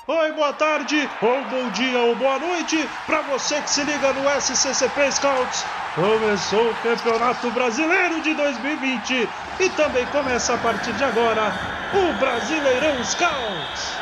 oi, boa tarde, ou bom dia, ou boa noite, para você que se liga no SCCP Scouts. Começou o Campeonato Brasileiro de 2020 e também começa a partir de agora o Brasileirão Scouts.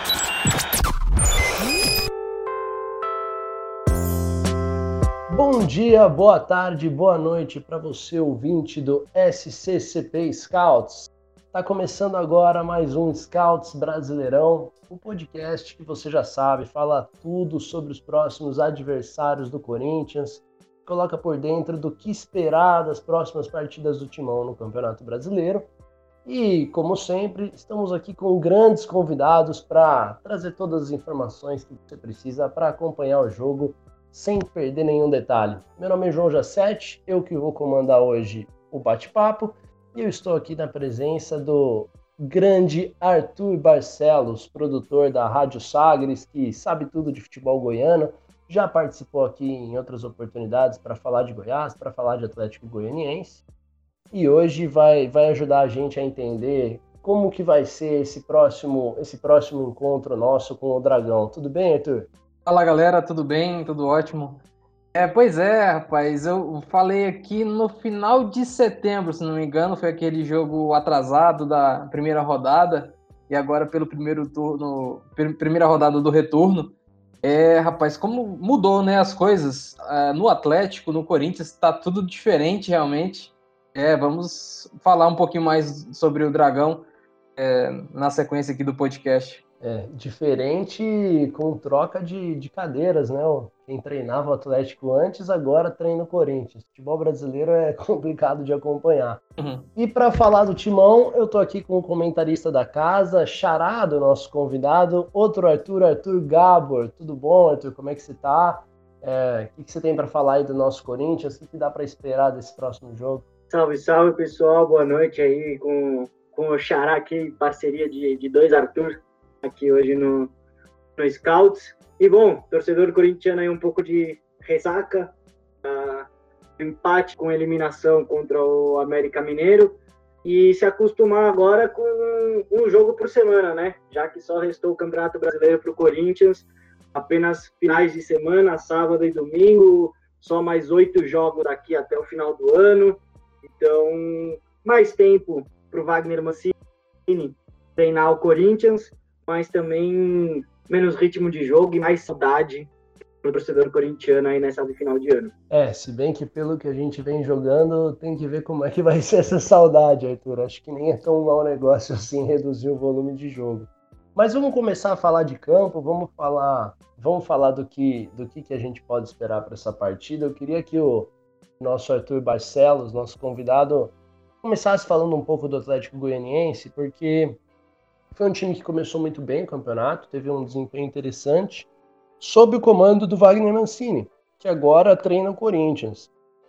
Bom dia, boa tarde, boa noite para você, ouvinte do SCCP Scouts. Tá começando agora mais um Scouts Brasileirão, um podcast que você já sabe, fala tudo sobre os próximos adversários do Corinthians, coloca por dentro do que esperar das próximas partidas do Timão no Campeonato Brasileiro. E, como sempre, estamos aqui com grandes convidados para trazer todas as informações que você precisa para acompanhar o jogo sem perder nenhum detalhe. Meu nome é João Jacete, eu que vou comandar hoje o bate-papo, e eu estou aqui na presença do grande Arthur Barcelos, produtor da Rádio Sagres, que sabe tudo de futebol goiano, já participou aqui em outras oportunidades para falar de Goiás, para falar de Atlético Goianiense, e hoje vai ajudar a gente a entender como que vai ser esse próximo encontro nosso com o Dragão. Tudo bem, Arthur? Fala, galera, tudo bem? Tudo ótimo? Pois é, rapaz, eu falei aqui no final de setembro, se não me engano, foi aquele jogo atrasado da primeira rodada, e agora pelo primeira rodada do retorno. Rapaz, como mudou, né, as coisas no Atlético, no Corinthians, tá tudo diferente realmente. Vamos falar um pouquinho mais sobre o Dragão na sequência aqui do podcast. Diferente com troca de cadeiras, né? Quem treinava o Atlético antes, agora treina o Corinthians. O futebol brasileiro é complicado de acompanhar. Uhum. E para falar do Timão, eu tô aqui com o comentarista da casa, Xará, do nosso convidado, outro Arthur Gabor. Tudo bom, Arthur? Como é que você tá? O que você tem para falar aí do nosso Corinthians? O que dá para esperar desse próximo jogo? Salve, salve, pessoal. Boa noite aí com o Xará aqui, parceria de dois Arthur aqui hoje no Scouts. E bom, torcedor corintiano aí um pouco de ressaca, empate com eliminação contra o América Mineiro e se acostumar agora com um jogo por semana, né? Já que só restou o Campeonato Brasileiro para o Corinthians, apenas finais de semana, sábado e domingo, só mais 8 jogos daqui até o final do ano. Então, mais tempo para o Wagner Mancini treinar o Corinthians, mas também menos ritmo de jogo e mais saudade para o torcedor corintiano aí nessa final de ano. Se bem que pelo que a gente vem jogando, tem que ver como é que vai ser essa saudade, Arthur. Acho que nem é tão mau negócio assim reduzir o volume de jogo. Mas vamos começar a falar de campo, vamos falar do que a gente pode esperar para essa partida. Eu queria que o nosso Arthur Barcelos, nosso convidado, começasse falando um pouco do Atlético Goianiense, porque foi um time que começou muito bem o campeonato, teve um desempenho interessante, sob o comando do Wagner Mancini, que agora treina o Corinthians.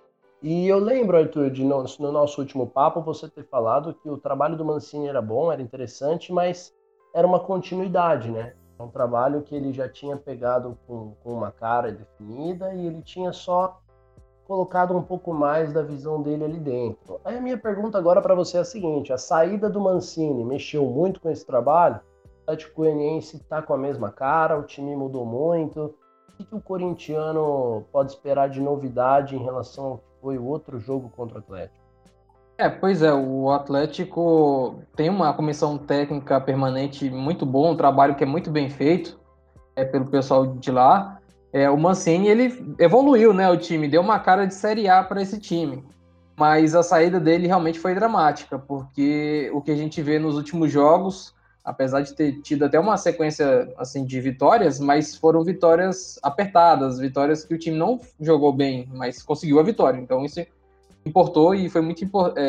E eu lembro, Arthur, no nosso último papo, você ter falado que o trabalho do Mancini era bom, era interessante, mas era uma continuidade, né? Um trabalho que ele já tinha pegado com uma cara definida e ele tinha só colocado um pouco mais da visão dele ali dentro. Aí a minha pergunta agora para você é a seguinte: a saída do Mancini mexeu muito com esse trabalho? O Atlético Goianiense está com a mesma cara, o time mudou muito. O que o corintiano pode esperar de novidade em relação ao que foi o outro jogo contra o Atlético? Pois é, o Atlético tem uma comissão técnica permanente muito boa, um trabalho que é muito bem feito pelo pessoal de lá. O Mancini, ele evoluiu, né, o time, deu uma cara de Série A para esse time, mas a saída dele realmente foi dramática, porque o que a gente vê nos últimos jogos, apesar de ter tido até uma sequência assim, de vitórias, mas foram vitórias apertadas, vitórias que o time não jogou bem, mas conseguiu a vitória, então isso importou e foi muito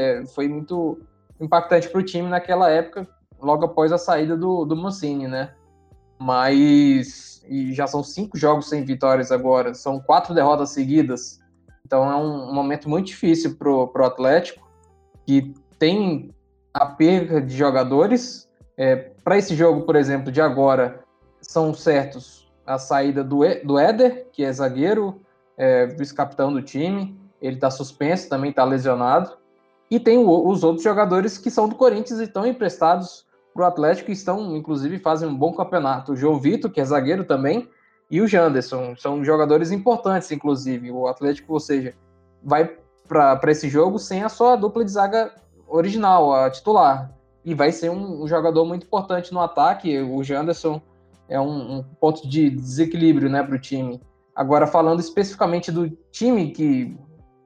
impactante para o time naquela época, logo após a saída do Mancini, né? E já são 5 jogos sem vitórias agora, são 4 derrotas seguidas, então é um momento muito difícil pro Atlético, que tem a perda de jogadores. Para esse jogo, por exemplo, de agora, são certos a saída do Éder, que é zagueiro, vice-capitão do time, ele está suspenso, também está lesionado, e tem os outros jogadores que são do Corinthians e estão emprestados, para o Atlético, estão, inclusive, fazem um bom campeonato. O João Vitor, que é zagueiro também, e o Janderson, são jogadores importantes, inclusive. O Atlético, ou seja, vai para esse jogo sem a sua dupla de zaga original, a titular. E vai ser um jogador muito importante no ataque. O Janderson é um ponto de desequilíbrio, né, para o time. Agora, falando especificamente do time que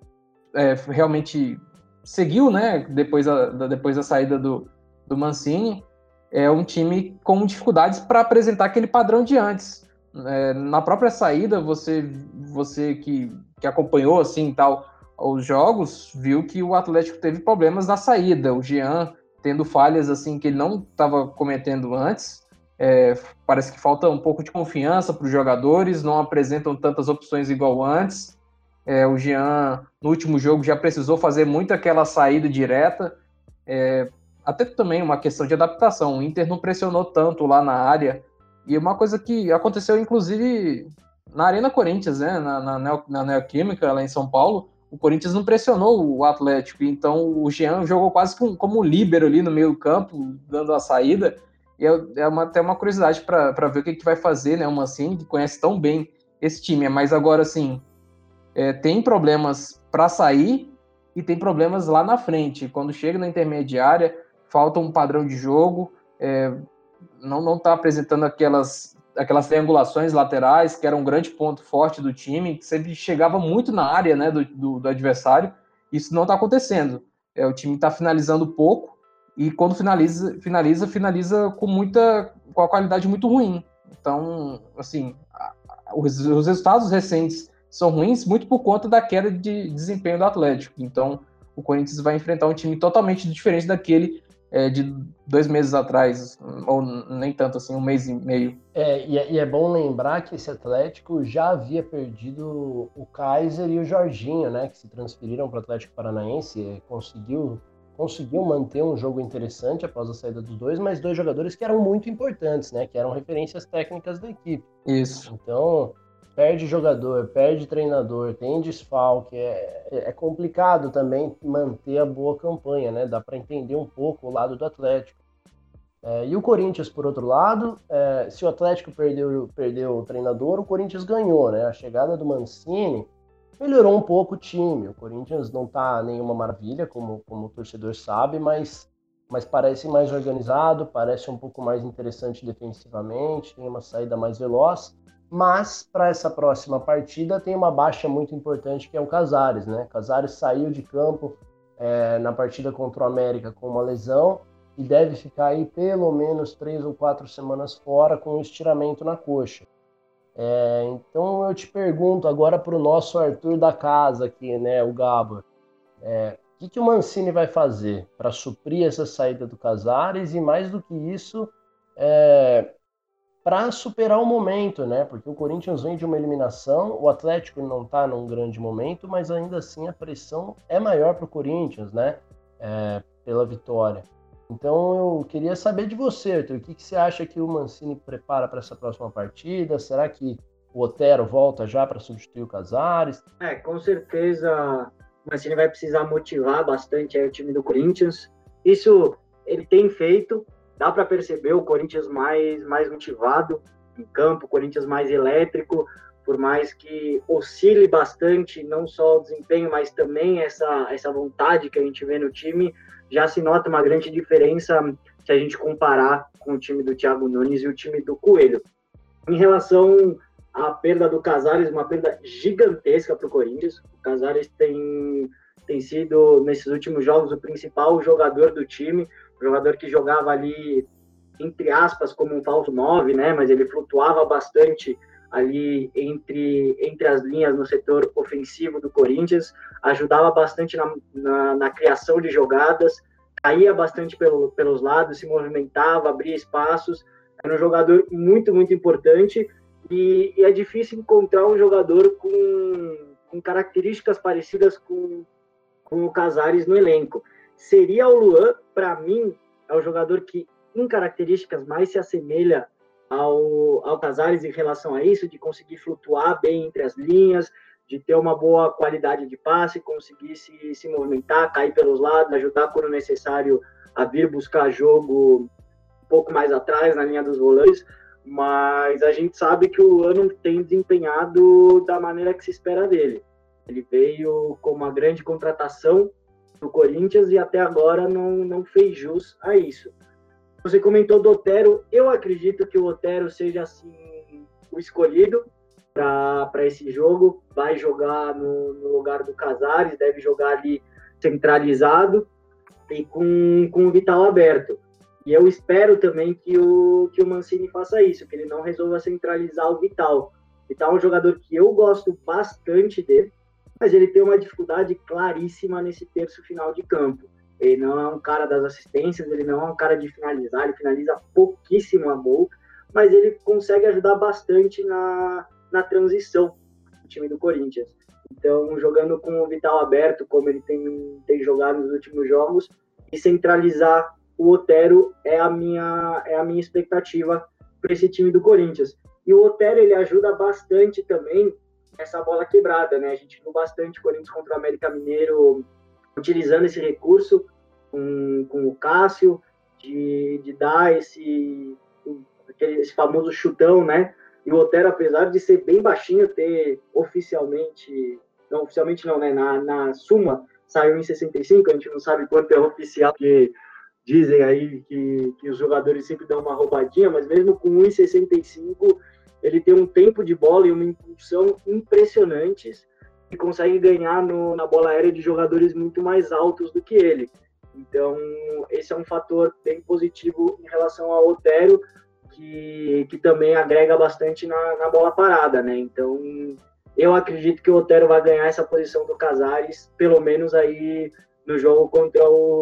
realmente seguiu, né, depois da saída do Mancini, é um time com dificuldades para apresentar aquele padrão de antes. Na própria saída, você que acompanhou assim tal os jogos, viu que o Atlético teve problemas na saída. O Jean tendo falhas assim que ele não estava cometendo antes. Parece que falta um pouco de confiança para os jogadores, não apresentam tantas opções igual antes. O Jean, no último jogo, já precisou fazer muito aquela saída direta. Até também uma questão de adaptação. O Inter não pressionou tanto lá na área. E uma coisa que aconteceu, inclusive, na Arena Corinthians, né? Na Neoquímica, lá em São Paulo, o Corinthians não pressionou o Atlético. Então, o Jean jogou quase como líbero ali no meio campo, dando a saída. E até uma curiosidade para ver o que vai fazer, né? O Mancini, que conhece tão bem esse time. Mas agora, assim, tem problemas para sair e tem problemas lá na frente. Quando chega na intermediária, falta um padrão de jogo, não está apresentando aquelas triangulações laterais, que era um grande ponto forte do time, que sempre chegava muito na área, né, do adversário. Isso não está acontecendo. O time está finalizando pouco, e quando finaliza com a qualidade muito ruim. Então, assim, os resultados recentes são ruins muito por conta da queda de desempenho do Atlético. Então, o Corinthians vai enfrentar um time totalmente diferente daquele de 2 meses atrás, ou nem tanto assim, 1 mês e meio. E é bom lembrar que esse Atlético já havia perdido o Kaiser e o Jorginho, né, que se transferiram para o Atlético Paranaense, conseguiu manter um jogo interessante após a saída dos dois, mas 2 jogadores que eram muito importantes, né, que eram referências técnicas da equipe. Isso. Então, perde jogador, perde treinador, tem desfalque, é complicado também manter a boa campanha, né? Dá para entender um pouco o lado do Atlético. E o Corinthians, por outro lado, se o Atlético perdeu o treinador, o Corinthians ganhou, né? A chegada do Mancini melhorou um pouco o time. O Corinthians não tá nenhuma maravilha, como o torcedor sabe, mas parece mais organizado, parece um pouco mais interessante defensivamente, tem uma saída mais veloz. Mas, para essa próxima partida, tem uma baixa muito importante, que é o Casares, né? Casares saiu de campo na partida contra o América com uma lesão e deve ficar aí pelo menos 3 ou 4 semanas fora com um estiramento na coxa. Então, eu te pergunto agora para o nosso Arthur da casa aqui, né, o Gabor, o que o Mancini vai fazer para suprir essa saída do Casares e, mais do que isso, para superar o momento, né? Porque o Corinthians vem de uma eliminação, o Atlético não está num grande momento, mas ainda assim a pressão é maior para o Corinthians, né? Pela vitória. Então eu queria saber de você, Arthur, o que você acha que o Mancini prepara para essa próxima partida? Será que o Otero volta já para substituir o Casares? Com certeza o Mancini vai precisar motivar bastante aí o time do Corinthians. Isso ele tem feito. Dá para perceber o Corinthians mais motivado em campo, o Corinthians mais elétrico, por mais que oscile bastante, não só o desempenho, mas também essa vontade que a gente vê no time, já se nota uma grande diferença se a gente comparar com o time do Thiago Nunes e o time do Coelho. Em relação à perda do Casares, uma perda gigantesca para o Corinthians. O Casares tem sido, nesses últimos jogos, o principal jogador do time, um jogador que jogava ali, entre aspas, como um falso 9, né? Mas ele flutuava bastante ali entre as linhas no setor ofensivo do Corinthians, ajudava bastante na criação de jogadas, caía bastante pelos lados, se movimentava, abria espaços. Era um jogador muito, muito importante e é difícil encontrar um jogador com características parecidas com o Casares no elenco. Seria o Luan, para mim, é o jogador que, em características, mais se assemelha ao Casares em relação a isso, de conseguir flutuar bem entre as linhas, de ter uma boa qualidade de passe, conseguir se movimentar, cair pelos lados, ajudar quando necessário a vir buscar jogo pouco mais atrás, na linha dos volantes, mas a gente sabe que o Ano tem desempenhado da maneira que se espera dele. Ele veio com uma grande contratação do Corinthians e até agora não fez jus a isso. Você comentou do Otero, eu acredito que o Otero seja assim o escolhido para esse jogo, vai jogar no lugar do Casares, deve jogar ali centralizado e com o Vital aberto. E eu espero também que o Mancini faça isso, que ele não resolva centralizar o Vital. O Vital é um jogador que eu gosto bastante dele, mas ele tem uma dificuldade claríssima nesse terço final de campo. Ele não é um cara das assistências, ele não é um cara de finalizar, ele finaliza pouquíssimo a gol, mas ele consegue ajudar bastante na transição do time do Corinthians. Então, jogando com o Vital aberto, como ele tem jogado nos últimos jogos, e centralizar o Otero é a minha expectativa para esse time do Corinthians. E o Otero, ele ajuda bastante também essa bola quebrada, né? A gente viu bastante o Corinthians contra o América Mineiro utilizando esse recurso com o Cássio, de dar esse famoso chutão, né? E o Otero, apesar de ser bem baixinho, ter oficialmente não, né? Na Suma, saiu em 65, a gente não sabe quanto é oficial, porque dizem aí que os jogadores sempre dão uma roubadinha, mas mesmo com 1,65, ele tem um tempo de bola e uma impulsão impressionantes e consegue ganhar na bola aérea de jogadores muito mais altos do que ele. Então, esse é um fator bem positivo em relação ao Otero, que também agrega bastante na bola parada, né? Então, eu acredito que o Otero vai ganhar essa posição do Casares, pelo menos aí no jogo contra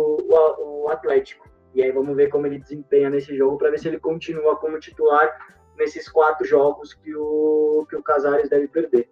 o Atlético. E aí vamos ver como ele desempenha nesse jogo, para ver se ele continua como titular nesses 4 jogos que o Casares deve perder.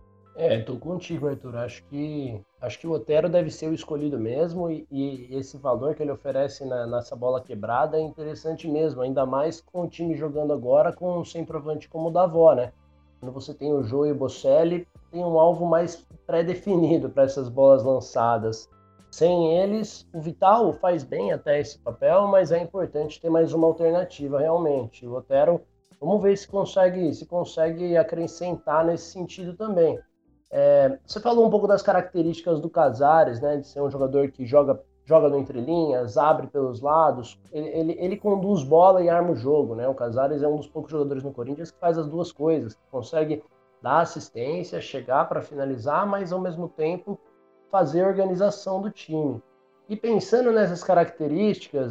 Tô contigo, Arthur. Acho que o Otero deve ser o escolhido mesmo e esse valor que ele oferece nessa bola quebrada é interessante mesmo, ainda mais com o time jogando agora com um centroavante como o Davó, né? Quando você tem o Jô e o Bocelli, tem um alvo mais pré-definido para essas bolas lançadas. Sem eles, o Vital faz bem até esse papel, mas é importante ter mais uma alternativa realmente. O Otero, vamos ver se consegue acrescentar nesse sentido também. Você falou um pouco das características do Casares, né, de ser um jogador que joga no entrelinhas, abre pelos lados, ele conduz bola e arma o jogo, né? O Casares é um dos poucos jogadores no Corinthians que faz as duas coisas, que consegue dar assistência, chegar para finalizar, mas ao mesmo tempo fazer a organização do time. E pensando nessas características,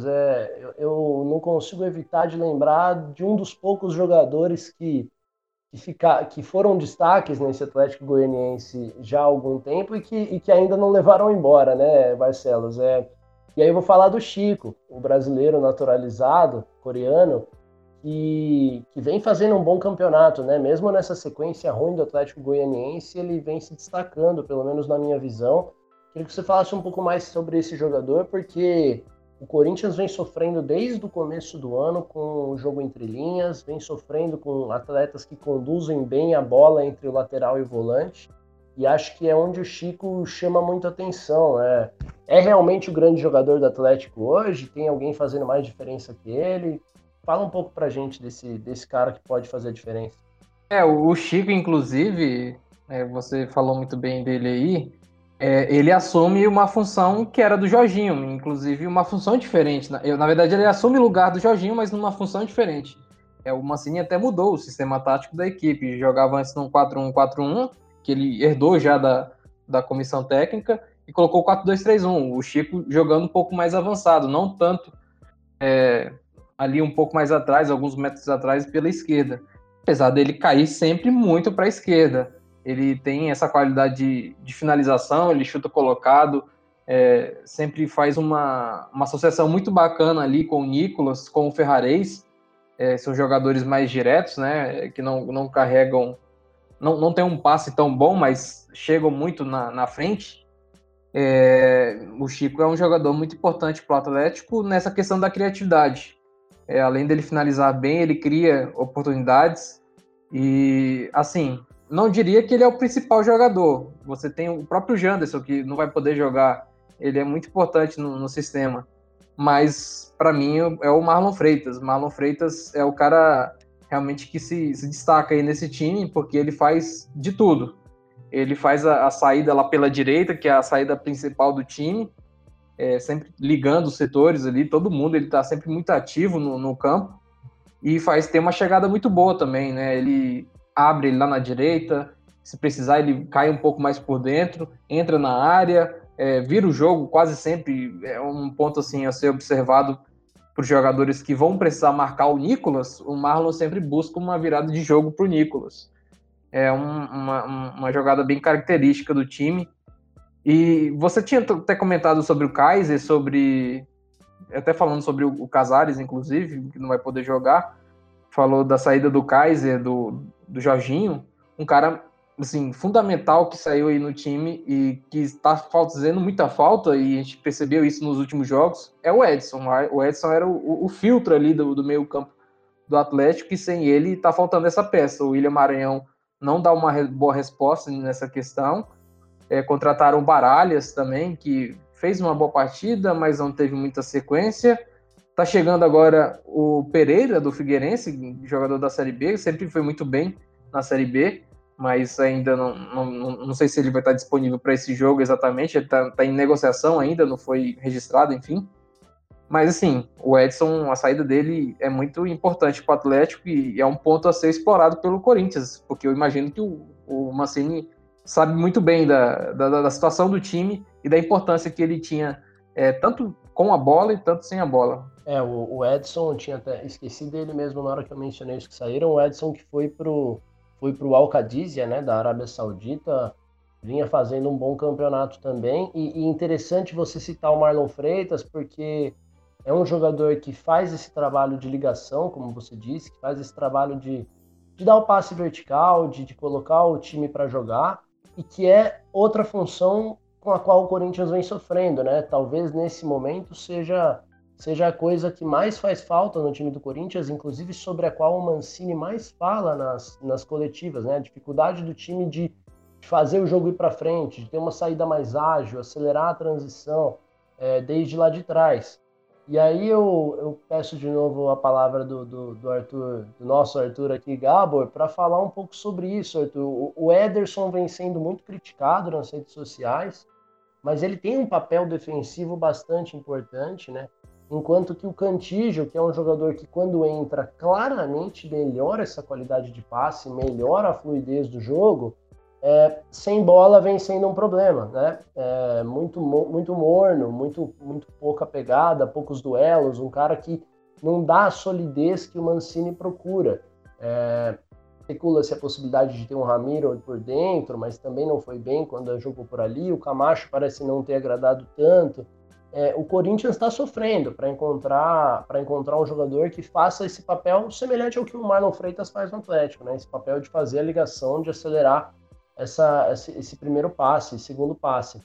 eu não consigo evitar de lembrar de um dos poucos jogadores que foram destaques nesse Atlético Goianiense já há algum tempo e que ainda não levaram embora, né, Barcelos? E aí eu vou falar do Chico, o brasileiro naturalizado, coreano, que vem fazendo um bom campeonato, né? Mesmo nessa sequência ruim do Atlético Goianiense, ele vem se destacando, pelo menos na minha visão. Queria que você falasse um pouco mais sobre esse jogador, porque o Corinthians vem sofrendo desde o começo do ano com o jogo entre linhas, vem sofrendo com atletas que conduzem bem a bola entre o lateral e o volante, e acho que é onde o Chico chama muita atenção. É realmente o grande jogador do Atlético hoje? Tem alguém fazendo mais diferença que ele? Fala um pouco pra gente desse cara que pode fazer a diferença. O Chico, inclusive, você falou muito bem dele aí, ele assume uma função que era do Jorginho, inclusive uma função diferente. Na verdade, ele assume o lugar do Jorginho, mas numa função diferente. O Mancini até mudou o sistema tático da equipe. Jogava antes num 4-1-4-1, que ele herdou já da comissão técnica, e colocou o 4-2-3-1. O Chico jogando um pouco mais avançado, não tanto ali um pouco mais atrás, alguns metros atrás, pela esquerda. Apesar dele cair sempre muito para a esquerda. Ele tem essa qualidade de finalização, ele chuta colocado, sempre faz uma associação muito bacana ali com o Nicolas, com o Ferrarez. São jogadores mais diretos, né, que não carregam, não tem um passe tão bom, mas chegam muito na frente. O Chico é um jogador muito importante para o Atlético nessa questão da criatividade. Além dele finalizar bem, ele cria oportunidades e, assim, não diria que ele é o principal jogador. Você tem o próprio Janderson, que não vai poder jogar. Ele é muito importante no sistema. mas para mim é o Marlon Freitas. Marlon Freitas é o cara realmente que se destaca aí nesse time, porque ele faz de tudo. Ele faz a saída lá pela direita, que é a saída principal do time, sempre ligando os setores ali, todo mundo, ele está sempre muito ativo no campo, e tem uma chegada muito boa também, né? Ele abre lá na direita, se precisar ele cai um pouco mais por dentro, entra na área, vira o jogo quase sempre, é um ponto assim a ser observado para os jogadores que vão precisar marcar o Nicolas. O Marlon sempre busca uma virada de jogo para o Nicolas. É uma jogada bem característica do time. E você tinha até comentado sobre o Kaiser, até falando sobre o Casares, inclusive, que não vai poder jogar, falou da saída do Kaiser, do Jorginho, um cara assim, fundamental que saiu aí no time e que está fazendo muita falta, e a gente percebeu isso nos últimos jogos, é o Edson. O Edson era o filtro ali do meio campo do Atlético, e sem ele está faltando essa peça. O William Maranhão não dá uma boa resposta nessa questão. Contrataram o Baralhas também, que fez uma boa partida, mas não teve muita sequência. Tá chegando agora o Pereira, do Figueirense, jogador da Série B, sempre foi muito bem na Série B, mas ainda não sei se ele vai estar disponível para esse jogo exatamente, ele tá em negociação ainda, não foi registrado, enfim. Mas assim, o Edson, a saída dele é muito importante para o Atlético e é um ponto a ser explorado pelo Corinthians, porque eu imagino que o Mancini sabe muito bem da situação do time e da importância que ele tinha, tanto com a bola e tanto sem a bola. O Edson, eu tinha até esquecido dele mesmo na hora que eu mencionei os que saíram. O Edson que foi pro Al-Qadisiyah, né, da Arábia Saudita, vinha fazendo um bom campeonato também. E interessante você citar o Marlon Freitas, porque é um jogador que faz esse trabalho de ligação, como você disse, que faz esse trabalho de dar o passe vertical, de colocar o time para jogar, e que é outra função com a qual o Corinthians vem sofrendo, né? Talvez nesse momento seja a coisa que mais faz falta no time do Corinthians, inclusive sobre a qual o Mancini mais fala nas coletivas, né? A dificuldade do time de fazer o jogo ir para frente, de ter uma saída mais ágil, acelerar a transição desde lá de trás. E aí eu peço de novo a palavra do Arthur, do nosso Arthur aqui, Gabor, para falar um pouco sobre isso, Arthur. O Ederson vem sendo muito criticado nas redes sociais, mas ele tem um papel defensivo bastante importante, né? Enquanto que o Cantillo, que é um jogador que quando entra claramente melhora essa qualidade de passe, melhora a fluidez do jogo, sem bola vem sendo um problema, né? Muito morno, muito pouca pegada, poucos duelos, um cara que não dá a solidez que o Mancini procura. Especula-se a possibilidade de ter um Ramiro por dentro, mas também não foi bem quando jogou por ali. O Camacho parece não ter agradado tanto. O Corinthians está sofrendo para encontrar um jogador que faça esse papel semelhante ao que o Marlon Freitas faz no Atlético, né? Esse papel de fazer a ligação, de acelerar esse primeiro passe, segundo passe.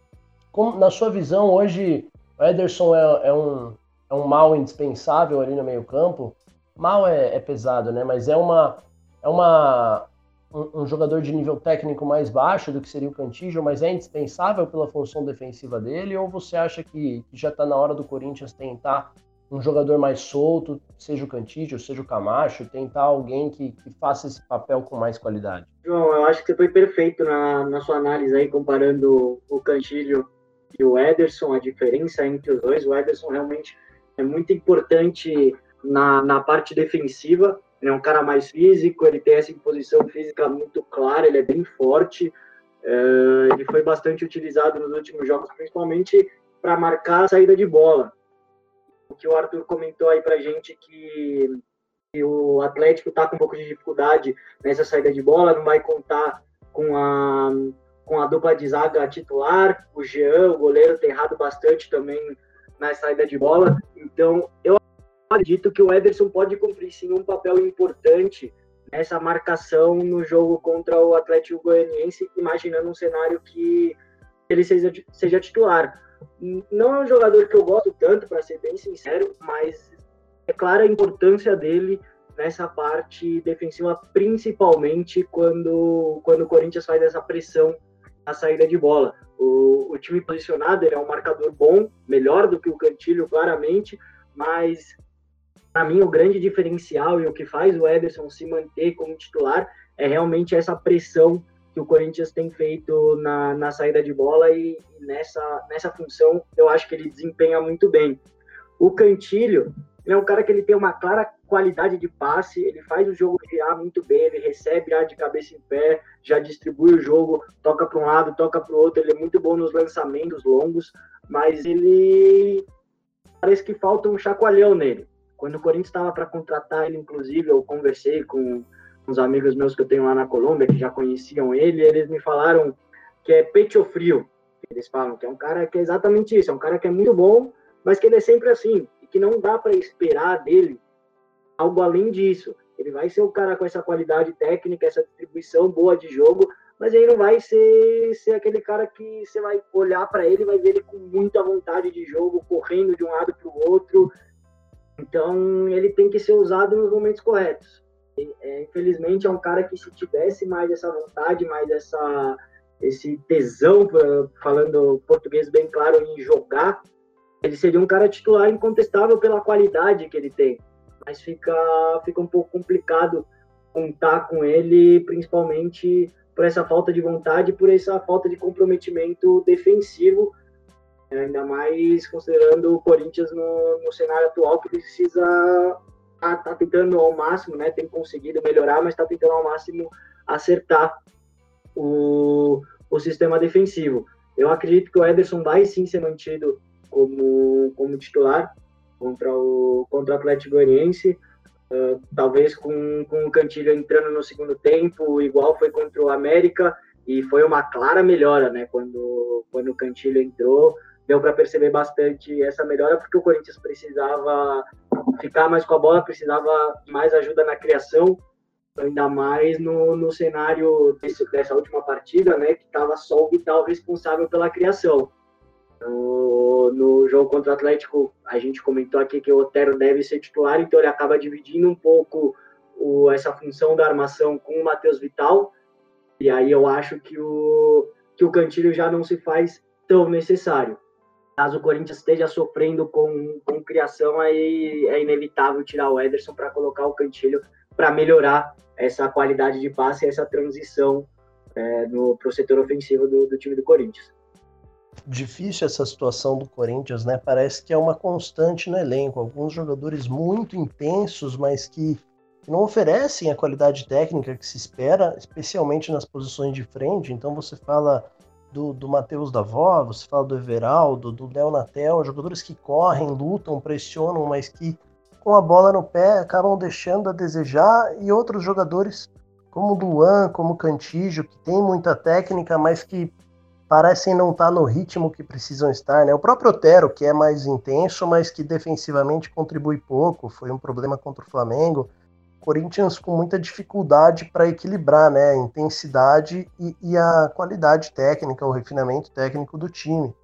Na sua visão, hoje, o Ederson é um mal indispensável ali no meio campo? Mal é pesado, né? Mas um jogador de nível técnico mais baixo do que seria o Cantillo, mas é indispensável pela função defensiva dele? Ou você acha que já está na hora do Corinthians tentar um jogador mais solto, seja o Cantillo, seja o Camacho, tentar alguém que faça esse papel com mais qualidade? João, eu acho que você foi perfeito na sua análise aí, comparando o Cantillo e o Ederson, a diferença entre os dois. O Ederson realmente é muito importante na parte defensiva, ele é um cara mais físico, ele tem essa imposição física muito clara, ele é bem forte, ele foi bastante utilizado nos últimos jogos, principalmente para marcar a saída de bola. O que o Arthur comentou aí pra gente, que o Atlético tá com um pouco de dificuldade nessa saída de bola, não vai contar com a dupla de zaga titular, o Jean, o goleiro, tem errado bastante também na saída de bola, então eu acredito que o Ederson pode cumprir sim um papel importante nessa marcação no jogo contra o Atlético Goianiense, imaginando um cenário que ele seja titular. Não é um jogador que eu gosto tanto, para ser bem sincero, mas é clara a importância dele nessa parte defensiva, principalmente quando o Corinthians faz essa pressão na saída de bola. O time posicionado, ele é um marcador bom, melhor do que o Cantillo, claramente, mas para mim o grande diferencial e o que faz o Ederson se manter como titular é realmente essa pressão que o Corinthians tem feito na saída de bola, e nessa função eu acho que ele desempenha muito bem. O Cantillo é um cara que ele tem uma clara qualidade de passe, ele faz o jogo girar muito bem, ele recebe já de cabeça em pé, já distribui o jogo, toca para um lado, toca para o outro, ele é muito bom nos lançamentos longos, mas ele parece que falta um chacoalhão nele. Quando o Corinthians estava para contratar ele, inclusive, eu conversei com uns amigos meus que eu tenho lá na Colômbia, que já conheciam ele, eles me falaram que é pecho frio, eles falam, que é um cara que é exatamente isso, é um cara que é muito bom, mas que ele é sempre assim, e que não dá para esperar dele algo além disso. Ele vai ser o cara com essa qualidade técnica, essa distribuição boa de jogo, mas ele não vai ser aquele cara que você vai olhar para ele e vai ver ele com muita vontade de jogo, correndo de um lado para o outro. Então, ele tem que ser usado nos momentos corretos. Infelizmente, é um cara que, se tivesse mais essa vontade, mais esse tesão, falando português bem claro, em jogar, ele seria um cara titular incontestável pela qualidade que ele tem. Mas fica um pouco complicado contar com ele, principalmente por essa falta de vontade, por essa falta de comprometimento defensivo, ainda mais considerando o Corinthians no cenário atual, que precisa tá tentando ao máximo, né, tem conseguido melhorar, mas está tentando ao máximo acertar o sistema defensivo. Eu acredito que o Ederson vai sim ser mantido como titular contra o Atlético Goianiense, talvez com o Cantillo entrando no segundo tempo, igual foi contra o América, e foi uma clara melhora, né, quando o Cantillo entrou, deu para perceber bastante essa melhora, porque o Corinthians precisava ficar mais com a bola, precisava mais ajuda na criação, ainda mais no cenário dessa última partida, né, que estava só o Vital responsável pela criação. No jogo contra o Atlético, a gente comentou aqui que o Otero deve ser titular, então ele acaba dividindo um pouco essa função da armação com o Matheus Vital, e aí eu acho que o Cantillo já não se faz tão necessário. Caso o Corinthians esteja sofrendo com criação, aí é inevitável tirar o Ederson para colocar o Cantillo para melhorar essa qualidade de passe e essa transição para o setor ofensivo do time do Corinthians. Difícil essa situação do Corinthians, né? Parece que é uma constante no elenco. Alguns jogadores muito intensos, mas que não oferecem a qualidade técnica que se espera, especialmente nas posições de frente. Então você fala do Matheus Davó, você fala do Everaldo, do Léo Natel, jogadores que correm, lutam, pressionam, mas que com a bola no pé acabam deixando a desejar, e outros jogadores como o Luan, como o Cantillo, que tem muita técnica, mas que parecem não estar no ritmo que precisam estar, né? O próprio Otero, que é mais intenso, mas que defensivamente contribui pouco, foi um problema contra o Flamengo. Corinthians com muita dificuldade para equilibrar, né, a intensidade e a qualidade técnica, o refinamento técnico do time.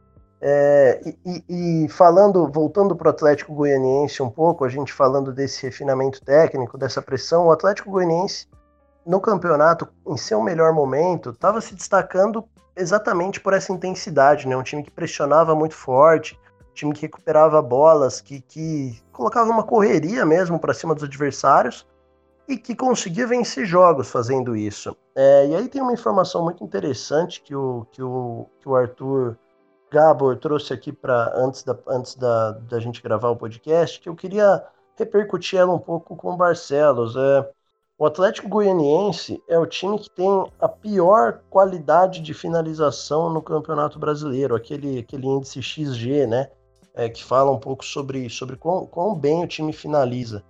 Voltando para o Atlético Goianiense um pouco, a gente falando desse refinamento técnico, dessa pressão, o Atlético Goianiense no campeonato, em seu melhor momento, estava se destacando exatamente por essa intensidade, né? Um time que pressionava muito forte, um time que recuperava bolas, que colocava uma correria mesmo para cima dos adversários e que conseguia vencer jogos fazendo isso. E aí tem uma informação muito interessante que o Arthur Gabor trouxe aqui para antes da gente gravar o podcast, que eu queria repercutir ela um pouco com o Barcelos. O Atlético Goianiense é o time que tem a pior qualidade de finalização no Campeonato Brasileiro, aquele índice XG, né? Que fala um pouco sobre quão bem o time finaliza.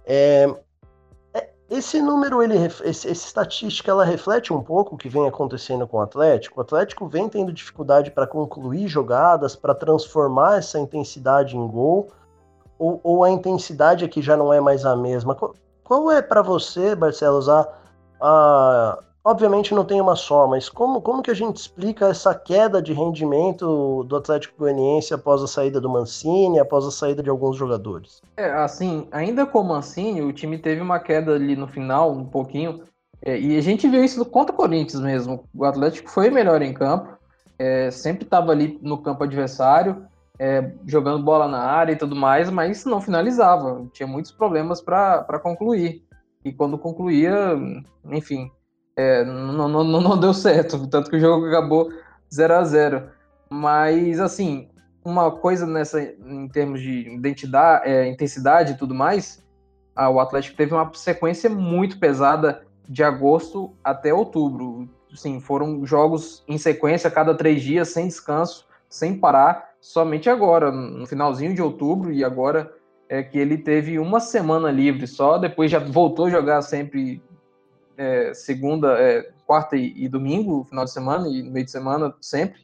Esse número, essa estatística, ela reflete um pouco o que vem acontecendo com o Atlético. O Atlético vem tendo dificuldade para concluir jogadas, para transformar essa intensidade em gol, ou a intensidade aqui já não é mais a mesma? Qual é para você, Barcelos, obviamente não tem uma só, mas como que a gente explica essa queda de rendimento do Atlético Goianiense após a saída do Mancini, após a saída de alguns jogadores? Assim, ainda com o Mancini, o time teve uma queda ali no final, um pouquinho, e a gente viu isso contra o Corinthians mesmo. O Atlético foi melhor em campo, sempre estava ali no campo adversário, jogando bola na área e tudo mais, mas não finalizava. Tinha muitos problemas para concluir. E quando concluía, enfim, não deu certo. Tanto que o jogo acabou 0-0. Mas, assim, uma coisa em termos de intensidade e tudo mais, o Atlético teve uma sequência muito pesada de agosto até outubro. Sim, foram jogos em sequência a cada 3 dias, sem descanso, sem parar, somente agora, no finalzinho de outubro, e agora é que ele teve uma semana livre só, depois já voltou a jogar sempre segunda, quarta e domingo, final de semana e no meio de semana, sempre.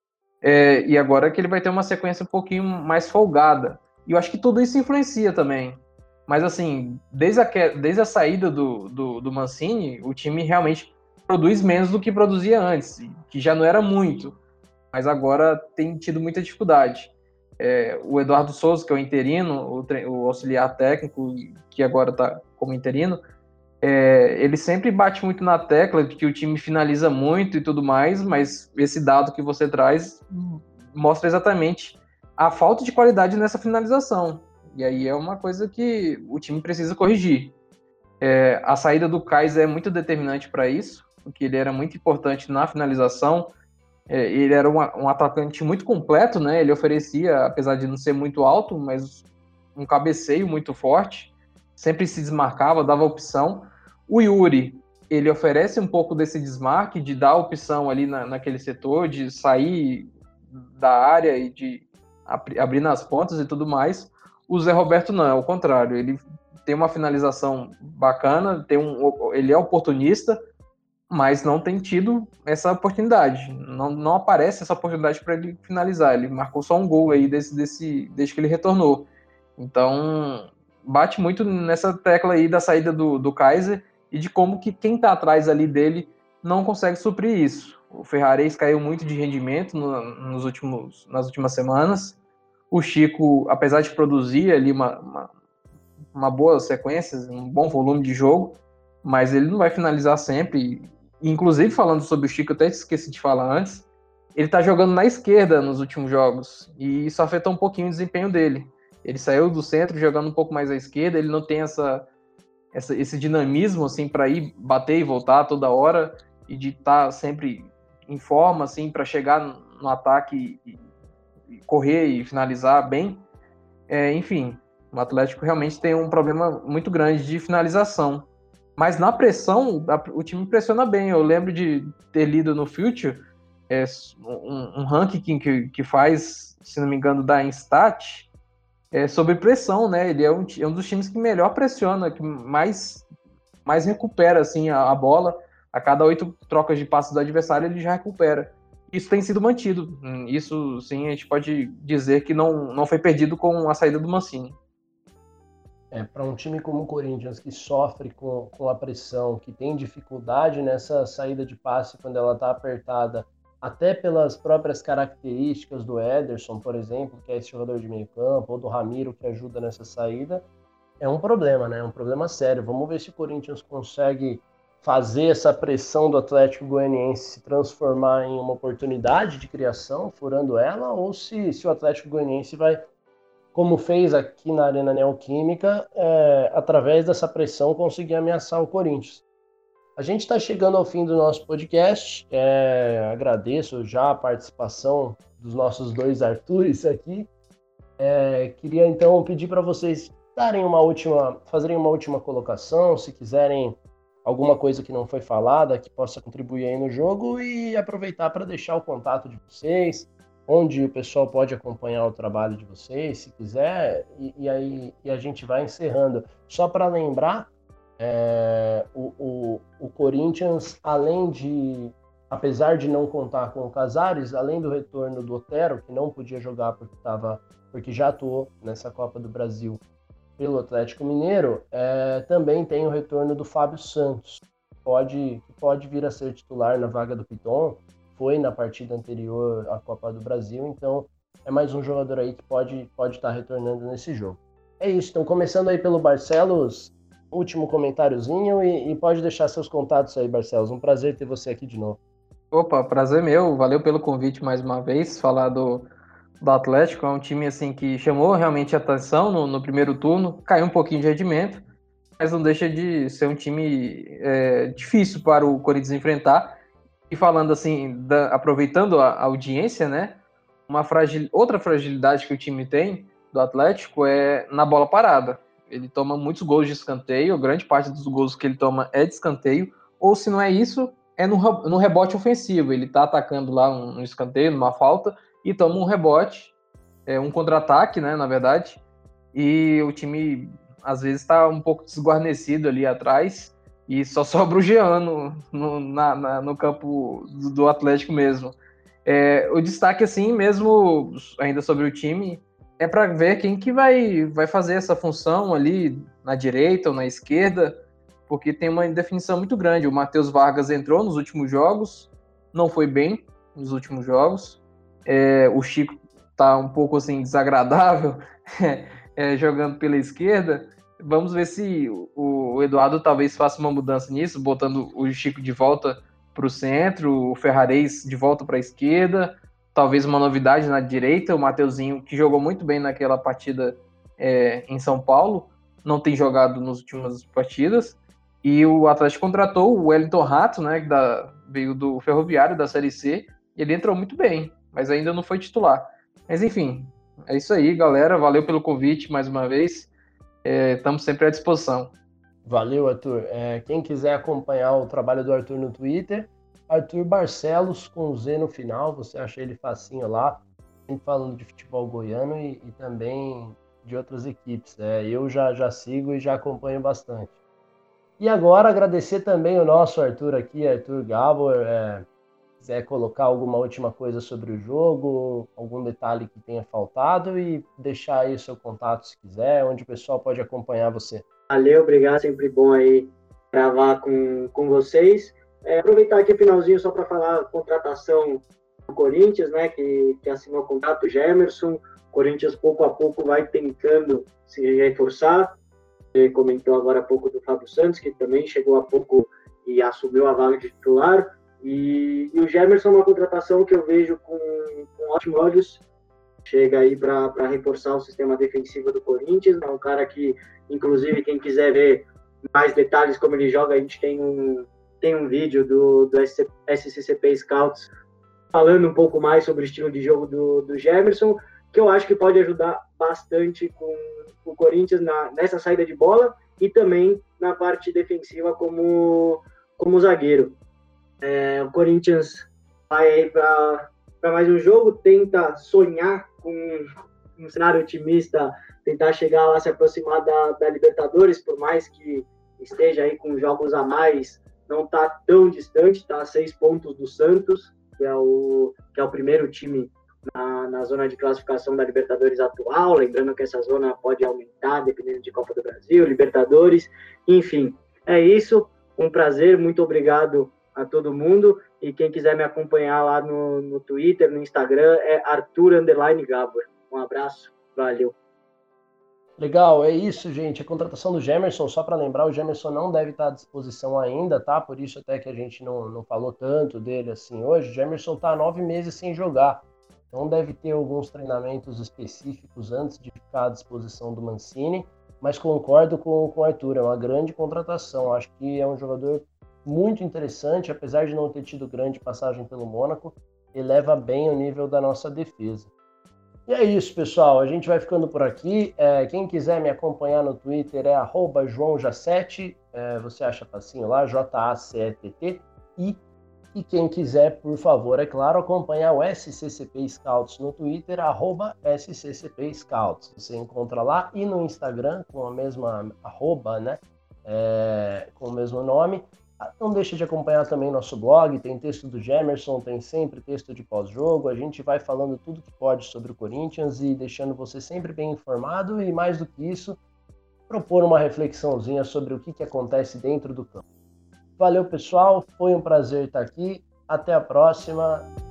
E agora que ele vai ter uma sequência um pouquinho mais folgada. E eu acho que tudo isso influencia também. Mas, assim, desde a saída do Mancini, o time realmente produz menos do que produzia antes, que já não era muito, mas agora tem tido muita dificuldade. O Eduardo Souza, que é o interino, o auxiliar técnico, que agora está como interino, ele sempre bate muito na tecla de que o time finaliza muito e tudo mais, mas esse dado que você traz mostra exatamente a falta de qualidade nessa finalização. E aí é uma coisa que o time precisa corrigir. A saída do Kaiser é muito determinante para isso, porque ele era muito importante na finalização. Ele era um atacante muito completo, né? Ele oferecia, apesar de não ser muito alto, mas um cabeceio muito forte, sempre se desmarcava, dava opção. O Yuri, ele oferece um pouco desse desmarque, de dar opção ali naquele setor, de sair da área e de abrir nas pontas e tudo mais. O Zé Roberto não, é o contrário, ele tem uma finalização bacana, ele é oportunista, mas não tem tido essa oportunidade. Não aparece essa oportunidade para ele finalizar. Ele marcou só um gol aí desde que ele retornou. Então, bate muito nessa tecla aí da saída do Kaiser e de como que quem está atrás ali dele não consegue suprir isso. O Ferrares caiu muito de rendimento nas últimas semanas. O Chico, apesar de produzir ali uma boa sequência, um bom volume de jogo, mas ele não vai finalizar sempre. Inclusive, falando sobre o Chico, eu até esqueci de falar antes, ele tá jogando na esquerda nos últimos jogos, e isso afetou um pouquinho o desempenho dele. Ele saiu do centro jogando um pouco mais à esquerda, ele não tem esse dinamismo assim para ir bater e voltar toda hora, e de estar sempre em forma assim para chegar no ataque e correr e finalizar bem. Enfim, o Atlético realmente tem um problema muito grande de finalização. Mas na pressão, o time pressiona bem. Eu lembro de ter lido no Future um ranking que faz, se não me engano, da Instat, sobre pressão, né? Ele é um dos times que melhor pressiona, que mais recupera assim, a bola. A cada 8 trocas de passes do adversário, ele já recupera. Isso tem sido mantido. Isso, sim, a gente pode dizer que não foi perdido com a saída do Mancini. Para um time como o Corinthians, que sofre com a pressão, que tem dificuldade nessa saída de passe quando ela está apertada, até pelas próprias características do Ederson, por exemplo, que é esse jogador de meio campo, ou do Ramiro, que ajuda nessa saída, é um problema, né? É um problema sério. Vamos ver se o Corinthians consegue fazer essa pressão do Atlético Goianiense se transformar em uma oportunidade de criação, furando ela, ou se o Atlético Goianiense vai, como fez aqui na Arena Neoquímica, através dessa pressão conseguir ameaçar o Corinthians. A gente está chegando ao fim do nosso podcast. Agradeço já a participação dos nossos 2 Artures aqui. Queria então pedir para vocês fazerem uma última colocação, se quiserem alguma coisa que não foi falada, que possa contribuir aí no jogo, e aproveitar para deixar o contato de vocês, onde o pessoal pode acompanhar o trabalho de vocês, se quiser, e a gente vai encerrando. Só para lembrar, o Corinthians, apesar de não contar com o Casares, além do retorno do Otero, que não podia jogar porque já atuou nessa Copa do Brasil pelo Atlético Mineiro, também tem o retorno do Fábio Santos, que pode vir a ser titular na vaga do Piton, foi na partida anterior à Copa do Brasil, então é mais um jogador aí que pode estar retornando nesse jogo. É isso, então começando aí pelo Barcelos, último comentáriozinho, e pode deixar seus contatos aí, Barcelos, um prazer ter você aqui de novo. Opa, prazer meu, valeu pelo convite mais uma vez, falar do Atlético, é um time assim que chamou realmente a atenção no primeiro turno, caiu um pouquinho de rendimento, mas não deixa de ser um time difícil para o Corinthians enfrentar. E falando assim, aproveitando a audiência, né? Outra fragilidade que o time tem do Atlético é na bola parada. Ele toma muitos gols de escanteio, grande parte dos gols que ele toma é de escanteio, ou se não é isso, é no rebote ofensivo. Ele tá atacando lá um escanteio, numa falta, e toma um rebote, um contra-ataque, né, na verdade, e o time às vezes está um pouco desguarnecido ali atrás, e só sobra o Jean no campo do Atlético mesmo. O destaque, assim, mesmo ainda sobre o time, é para ver quem que vai fazer essa função ali na direita ou na esquerda, porque tem uma indefinição muito grande. O Matheus Vargas entrou nos últimos jogos, não foi bem nos últimos jogos. O Chico tá um pouco assim desagradável jogando pela esquerda. Vamos ver se o Eduardo talvez faça uma mudança nisso, botando o Chico de volta para o centro, o Ferrarez de volta para a esquerda, talvez uma novidade na direita, o Mateuzinho, que jogou muito bem naquela partida em São Paulo, não tem jogado nas últimas partidas, e o Atlético contratou o Wellington Rato, né, que veio do Ferroviário, da Série C, e ele entrou muito bem, mas ainda não foi titular. Mas enfim, é isso aí, galera, valeu pelo convite mais uma vez, estamos sempre à disposição. Valeu, Arthur. Quem quiser acompanhar o trabalho do Arthur no Twitter, Arthur Barcelos com Z no final, você acha ele facinho lá, sempre falando de futebol goiano e também de outras equipes. Eu já sigo e já acompanho bastante. E agora agradecer também o nosso Arthur aqui, Arthur Gabor, quiser colocar alguma última coisa sobre o jogo, algum detalhe que tenha faltado e deixar aí o seu contato se quiser, onde o pessoal pode acompanhar você. Valeu, obrigado, sempre bom aí gravar com vocês. Aproveitar aqui o finalzinho só para falar a contratação do Corinthians, né, que assinou o contrato, o Gemerson. O Corinthians pouco a pouco vai tentando se reforçar. Você comentou agora há pouco do Fábio Santos, que também chegou há pouco e assumiu a vaga de titular. E o Gemerson é uma contratação que eu vejo com ótimos olhos. Chega aí para reforçar o sistema defensivo do Corinthians. É um cara que, inclusive, quem quiser ver mais detalhes como ele joga, a gente tem um vídeo do SCCP Scouts falando um pouco mais sobre o estilo de jogo do Gemerson, que eu acho que pode ajudar bastante com o Corinthians nessa saída de bola e também na parte defensiva como zagueiro. O Corinthians vai para mais um jogo, tenta sonhar com um cenário otimista, tentar chegar lá, se aproximar da Libertadores, por mais que esteja aí com jogos a mais, não está tão distante, está a 6 pontos do Santos, que é o primeiro time na zona de classificação da Libertadores atual, lembrando que essa zona pode aumentar dependendo de Copa do Brasil, Libertadores, enfim, é isso, um prazer, muito obrigado a todo mundo, e quem quiser me acompanhar lá no Twitter, no Instagram, é Arthur_Gabor. Um abraço, valeu. Legal, é isso, gente. A contratação do Gemerson, só para lembrar, o Gemerson não deve estar à disposição ainda, tá? Por isso até que a gente não falou tanto dele assim hoje. O Gemerson está há 9 meses sem jogar, então deve ter alguns treinamentos específicos antes de ficar à disposição do Mancini, mas concordo com o Arthur, é uma grande contratação. Acho que é um jogador muito interessante, apesar de não ter tido grande passagem pelo Mônaco, eleva bem o nível da nossa defesa. E é isso, pessoal. A gente vai ficando por aqui. Quem quiser me acompanhar no Twitter é @joãojacete. Você acha facinho lá, JACETT. E quem quiser, por favor, é claro, acompanhar o SCCP Scouts no Twitter, @SCCP Scouts. Você encontra lá e no Instagram com a mesma arroba, né? Com o mesmo nome. Não deixa de acompanhar também nosso blog, tem texto do Gemerson, tem sempre texto de pós-jogo, a gente vai falando tudo que pode sobre o Corinthians e deixando você sempre bem informado e, mais do que isso, propor uma reflexãozinha sobre o que acontece dentro do campo. Valeu, pessoal, foi um prazer estar aqui, até a próxima.